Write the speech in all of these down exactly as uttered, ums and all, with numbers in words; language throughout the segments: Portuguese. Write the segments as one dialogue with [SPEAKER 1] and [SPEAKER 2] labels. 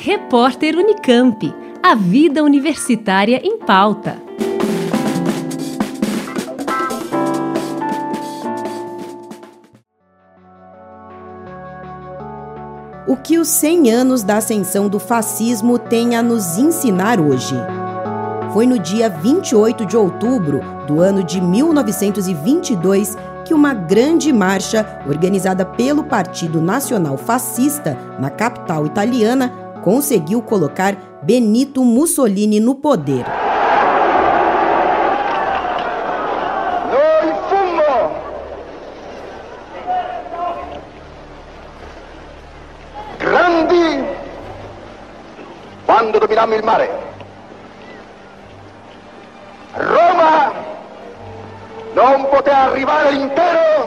[SPEAKER 1] Repórter Unicamp. A vida universitária em pauta.
[SPEAKER 2] O que os cem anos da ascensão do fascismo têm a nos ensinar hoje? Foi no dia vinte e oito de outubro do ano de mil novecentos e vinte e dois que uma grande marcha organizada pelo Partido Nacional Fascista na capital italiana conseguiu colocar Benito Mussolini no poder.
[SPEAKER 3] Noi fummo grandi quando dominammo il mare. Roma non poté arrivare intero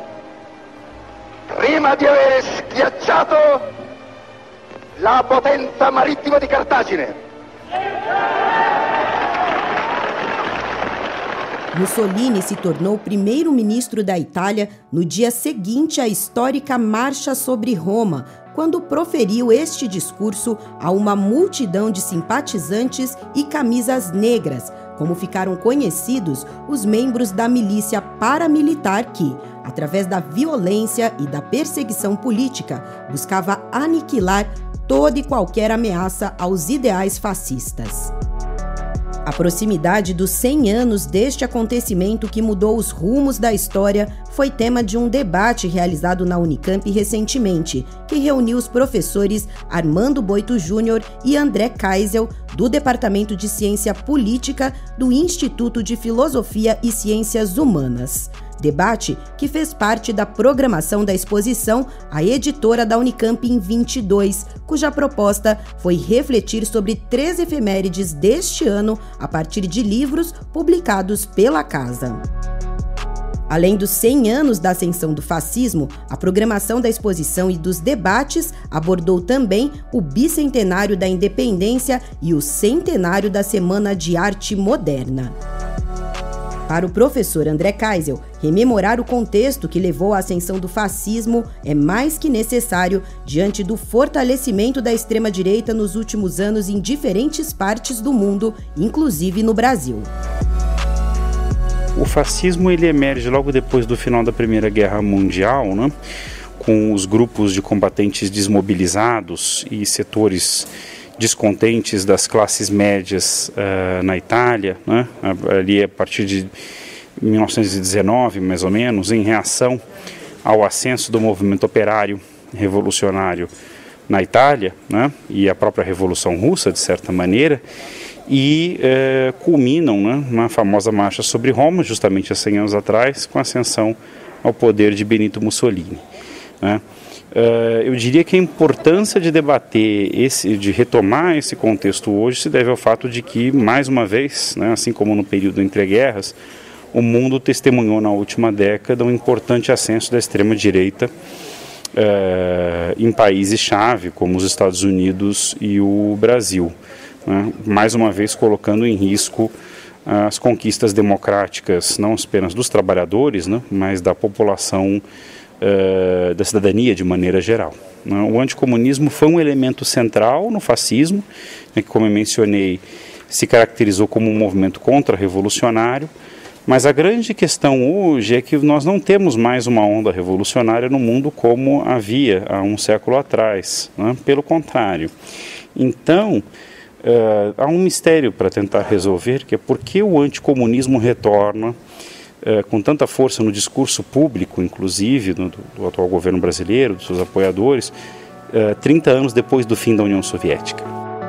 [SPEAKER 3] prima di aver schiacciato la potenza marittima di Cartagine.
[SPEAKER 2] Mussolini se tornou primeiro-ministro da Itália no dia seguinte à histórica Marcha sobre Roma, quando proferiu este discurso a uma multidão de simpatizantes e camisas negras, como ficaram conhecidos os membros da milícia paramilitar que, através da violência e da perseguição política, buscava aniquilar toda e qualquer ameaça aos ideais fascistas. A proximidade dos cem anos deste acontecimento que mudou os rumos da história foi tema de um debate realizado na Unicamp recentemente, que reuniu os professores Armando Boito Júnior e André Kaisel, do Departamento de Ciência Política do Instituto de Filosofia e Ciências Humanas. Debate que fez parte da programação da exposição A Editora da Unicamp em vinte e dois, cuja proposta foi refletir sobre três efemérides deste ano a partir de livros publicados pela casa. Além dos cem anos da ascensão do fascismo, a programação da exposição e dos debates abordou também o bicentenário da independência e o centenário da Semana de Arte Moderna. Para o professor André Kaisel, rememorar o contexto que levou à ascensão do fascismo é mais que necessário diante do fortalecimento da extrema-direita nos últimos anos em diferentes partes do mundo, inclusive no Brasil.
[SPEAKER 4] O fascismo ele emerge logo depois do final da Primeira Guerra Mundial, né, com os grupos de combatentes desmobilizados e setores descontentes das classes médias uh, na Itália, né, ali a partir de mil novecentos e dezenove, mais ou menos, em reação ao ascenso do movimento operário revolucionário na Itália, né, e a própria Revolução Russa, de certa maneira, e uh, culminam, né, na famosa Marcha sobre Roma, justamente há cem anos atrás, com a ascensão ao poder de Benito Mussolini, né. Uh, eu diria que a importância de debater, esse, de retomar esse contexto hoje se deve ao fato de que, mais uma vez, né, assim como no período entre guerras, o mundo testemunhou na última década um importante ascenso da extrema-direita uh, em países-chave, como os Estados Unidos e o Brasil, né, mais uma vez colocando em risco as conquistas democráticas, não apenas dos trabalhadores, né, mas da população, Uh, da cidadania de maneira geral. Né? O anticomunismo foi um elemento central no fascismo, né, que, como eu mencionei, se caracterizou como um movimento contra-revolucionário, mas a grande questão hoje é que nós não temos mais uma onda revolucionária no mundo como havia há um século atrás, né? Pelo contrário. Então, uh, há um mistério para tentar resolver, que é por que o anticomunismo retorna Uh, com tanta força no discurso público, inclusive, do, do atual governo brasileiro, dos seus apoiadores, uh, trinta anos depois do fim da União Soviética.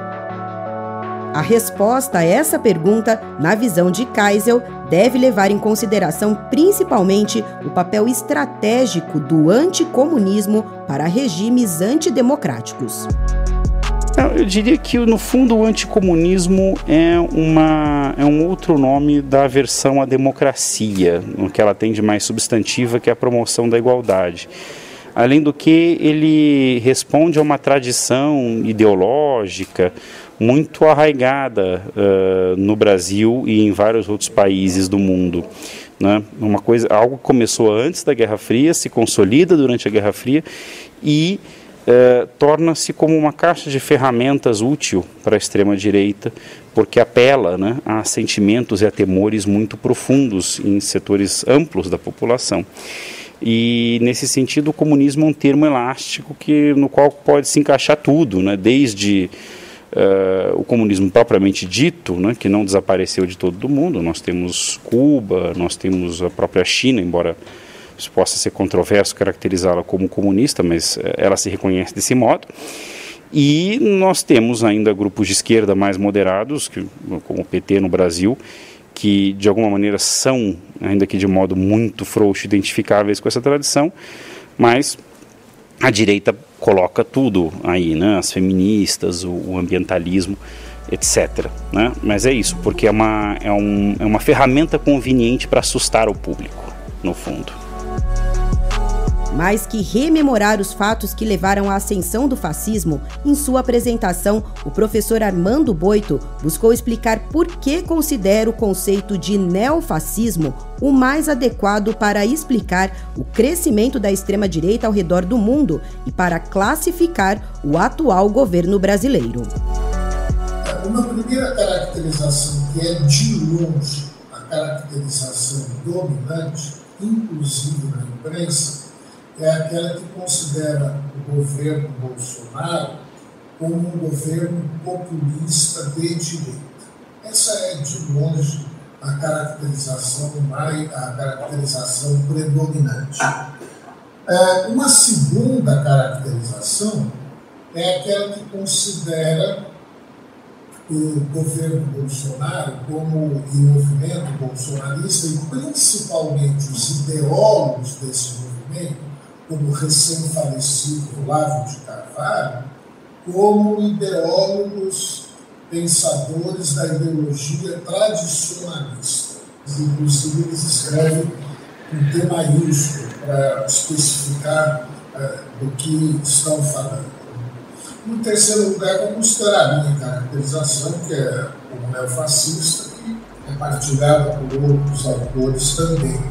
[SPEAKER 2] A resposta a essa pergunta, na visão de Kaisel, deve levar em consideração principalmente o papel estratégico do anticomunismo para regimes antidemocráticos.
[SPEAKER 4] Eu diria que, no fundo, o anticomunismo é, uma, é um outro nome da aversão à democracia, no que ela tem de mais substantiva, que é a promoção da igualdade. Além do que, ele responde a uma tradição ideológica muito arraigada uh, no Brasil e em vários outros países do mundo. Né? Uma coisa, algo que começou antes da Guerra Fria, se consolida durante a Guerra Fria e eh, torna-se como uma caixa de ferramentas útil para a extrema-direita, porque apela, né, a sentimentos e a temores muito profundos em setores amplos da população. E, nesse sentido, o comunismo é um termo elástico que, no qual pode se encaixar tudo, né, desde uh, o comunismo propriamente dito, né, que não desapareceu de todo o mundo. Nós temos Cuba, nós temos a própria China, embora isso possa ser controverso caracterizá-la como comunista, mas uh, ela se reconhece desse modo. E nós temos ainda grupos de esquerda mais moderados, que, como o P T no Brasil, que de alguma maneira são, ainda que de modo muito frouxo, identificáveis com essa tradição, mas a direita coloca tudo aí, né? As feministas, o, o ambientalismo, etcétera. Né? Mas é isso, porque é uma, é um, é uma ferramenta conveniente para assustar o público, no fundo.
[SPEAKER 2] Mais que rememorar os fatos que levaram à ascensão do fascismo, em sua apresentação, o professor Armando Boito buscou explicar por que considera o conceito de neofascismo o mais adequado para explicar o crescimento da extrema-direita ao redor do mundo e para classificar o atual governo brasileiro.
[SPEAKER 5] Uma primeira caracterização que é de longe a caracterização dominante, inclusive na imprensa, é aquela que considera o governo Bolsonaro como um governo populista de direita. Essa é, de longe, a caracterização, mais, a caracterização predominante. É, uma segunda caracterização é aquela que considera o governo Bolsonaro como o movimento bolsonarista e principalmente os ideólogos desse movimento, como o recém-falecido Olavo de Carvalho, como ideólogos pensadores da ideologia tradicionalista. Inclusive, eles escrevem um T maiúsculo para especificar uh, do que estão falando. Em terceiro lugar, eu considero a minha caracterização, que é como neofascista, que é partilhada por outros autores também.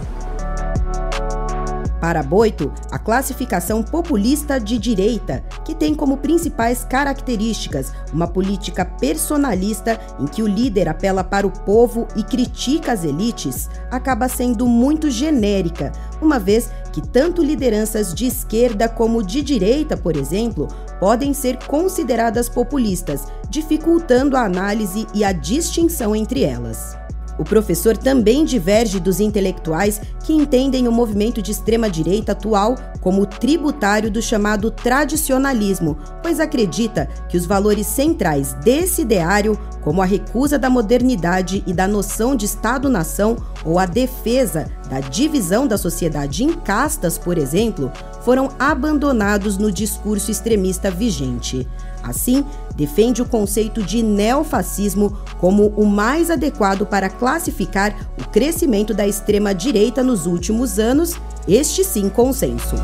[SPEAKER 2] Para Boito, a classificação populista de direita, que tem como principais características uma política personalista em que o líder apela para o povo e critica as elites, acaba sendo muito genérica, uma vez que tanto lideranças de esquerda como de direita, por exemplo, podem ser consideradas populistas, dificultando a análise e a distinção entre elas. O professor também diverge dos intelectuais que entendem o movimento de extrema-direita atual como tributário do chamado tradicionalismo, pois acredita que os valores centrais desse ideário, como a recusa da modernidade e da noção de Estado-nação ou a defesa da divisão da sociedade em castas, por exemplo, foram abandonados no discurso extremista vigente. Assim, defende o conceito de neofascismo como o mais adequado para classificar o crescimento da extrema-direita nos últimos anos, este sim consenso.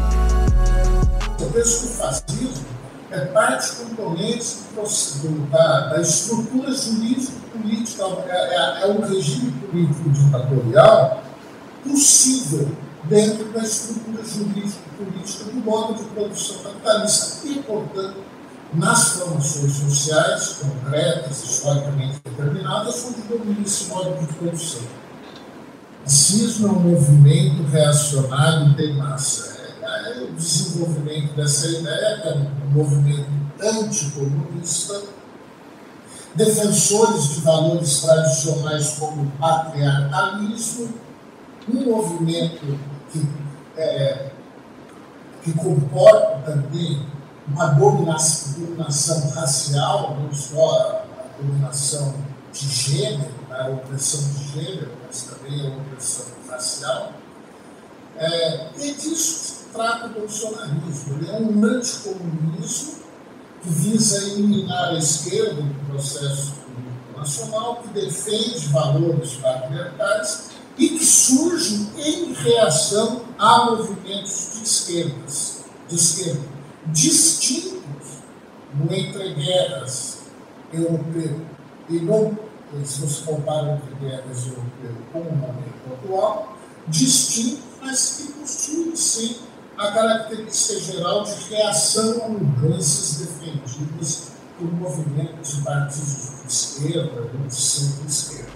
[SPEAKER 5] Eu penso que o fascismo é parte componente do, da, da estrutura jurídico-política, é, é um regime político ditatorial possível dentro da estrutura jurídico-política do modo de produção capitalista e, portanto, nas formações sociais concretas, historicamente determinadas, onde domina esse modo de produção. O fascismo é um movimento reacionário de massa. É, é o desenvolvimento dessa ideia, que é um movimento anticomunista, defensores de valores tradicionais como o patriarcalismo, um movimento que, é, que comporta também uma dominação, dominação racial, não só a dominação de gênero, a opressão de gênero, mas também a opressão racial. É, e disso se trata o bolsonarismo. Ele é um anticomunismo que visa eliminar a esquerda do processo político nacional, que defende valores patriarcais e que surge em reação a movimentos de esquerdas, de esquerda. distintos no entreguerras europeu e no, se você compara o entreguerras europeu com o momento atual, distintos, mas que possuem sim a característica geral de reação a mudanças defendidas por movimentos de partidos de esquerda ou de centro-esquerda.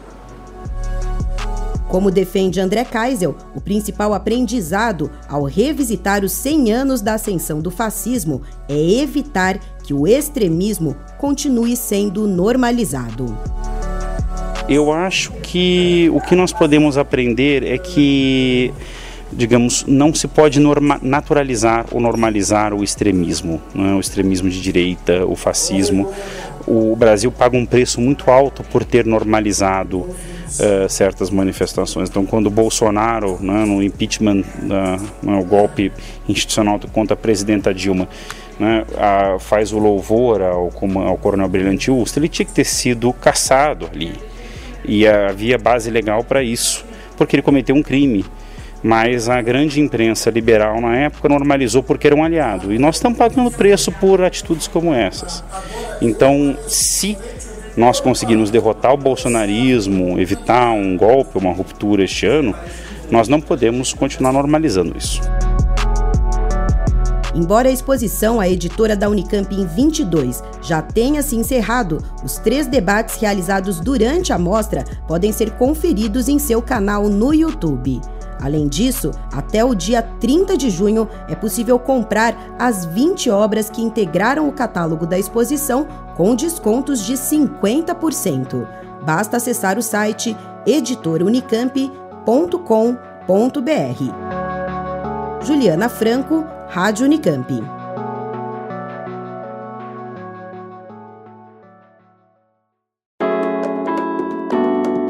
[SPEAKER 2] Como defende André Kaisel, o principal aprendizado ao revisitar os cem anos da ascensão do fascismo é evitar que o extremismo continue sendo normalizado.
[SPEAKER 4] Eu acho que o que nós podemos aprender é que, digamos, não se pode norma- naturalizar ou normalizar o extremismo, né? O extremismo de direita, o fascismo. O Brasil paga um preço muito alto por ter normalizado uh, certas manifestações. Então, quando o Bolsonaro, né, no impeachment, uh, no golpe institucional contra a presidenta Dilma, né, a, faz o louvor ao, ao coronel Brilhante Ustra, ele tinha que ter sido caçado ali. E havia base legal para isso, porque ele cometeu um crime. Mas a grande imprensa liberal na época normalizou porque era um aliado. E nós estamos pagando preço por atitudes como essas. Então, se nós conseguirmos derrotar o bolsonarismo, evitar um golpe, uma ruptura este ano, nós não podemos continuar normalizando isso.
[SPEAKER 2] Embora a exposição à editora da Unicamp em vinte e dois já tenha se encerrado, os três debates realizados durante a mostra podem ser conferidos em seu canal no YouTube. Além disso, até o dia trinta de junho é possível comprar as vinte obras que integraram o catálogo da exposição com descontos de cinquenta por cento. Basta acessar o site editora unicamp ponto com ponto b r. Juliana Franco, Rádio Unicamp.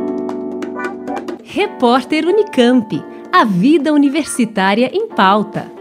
[SPEAKER 1] Repórter Unicamp. A vida universitária em pauta.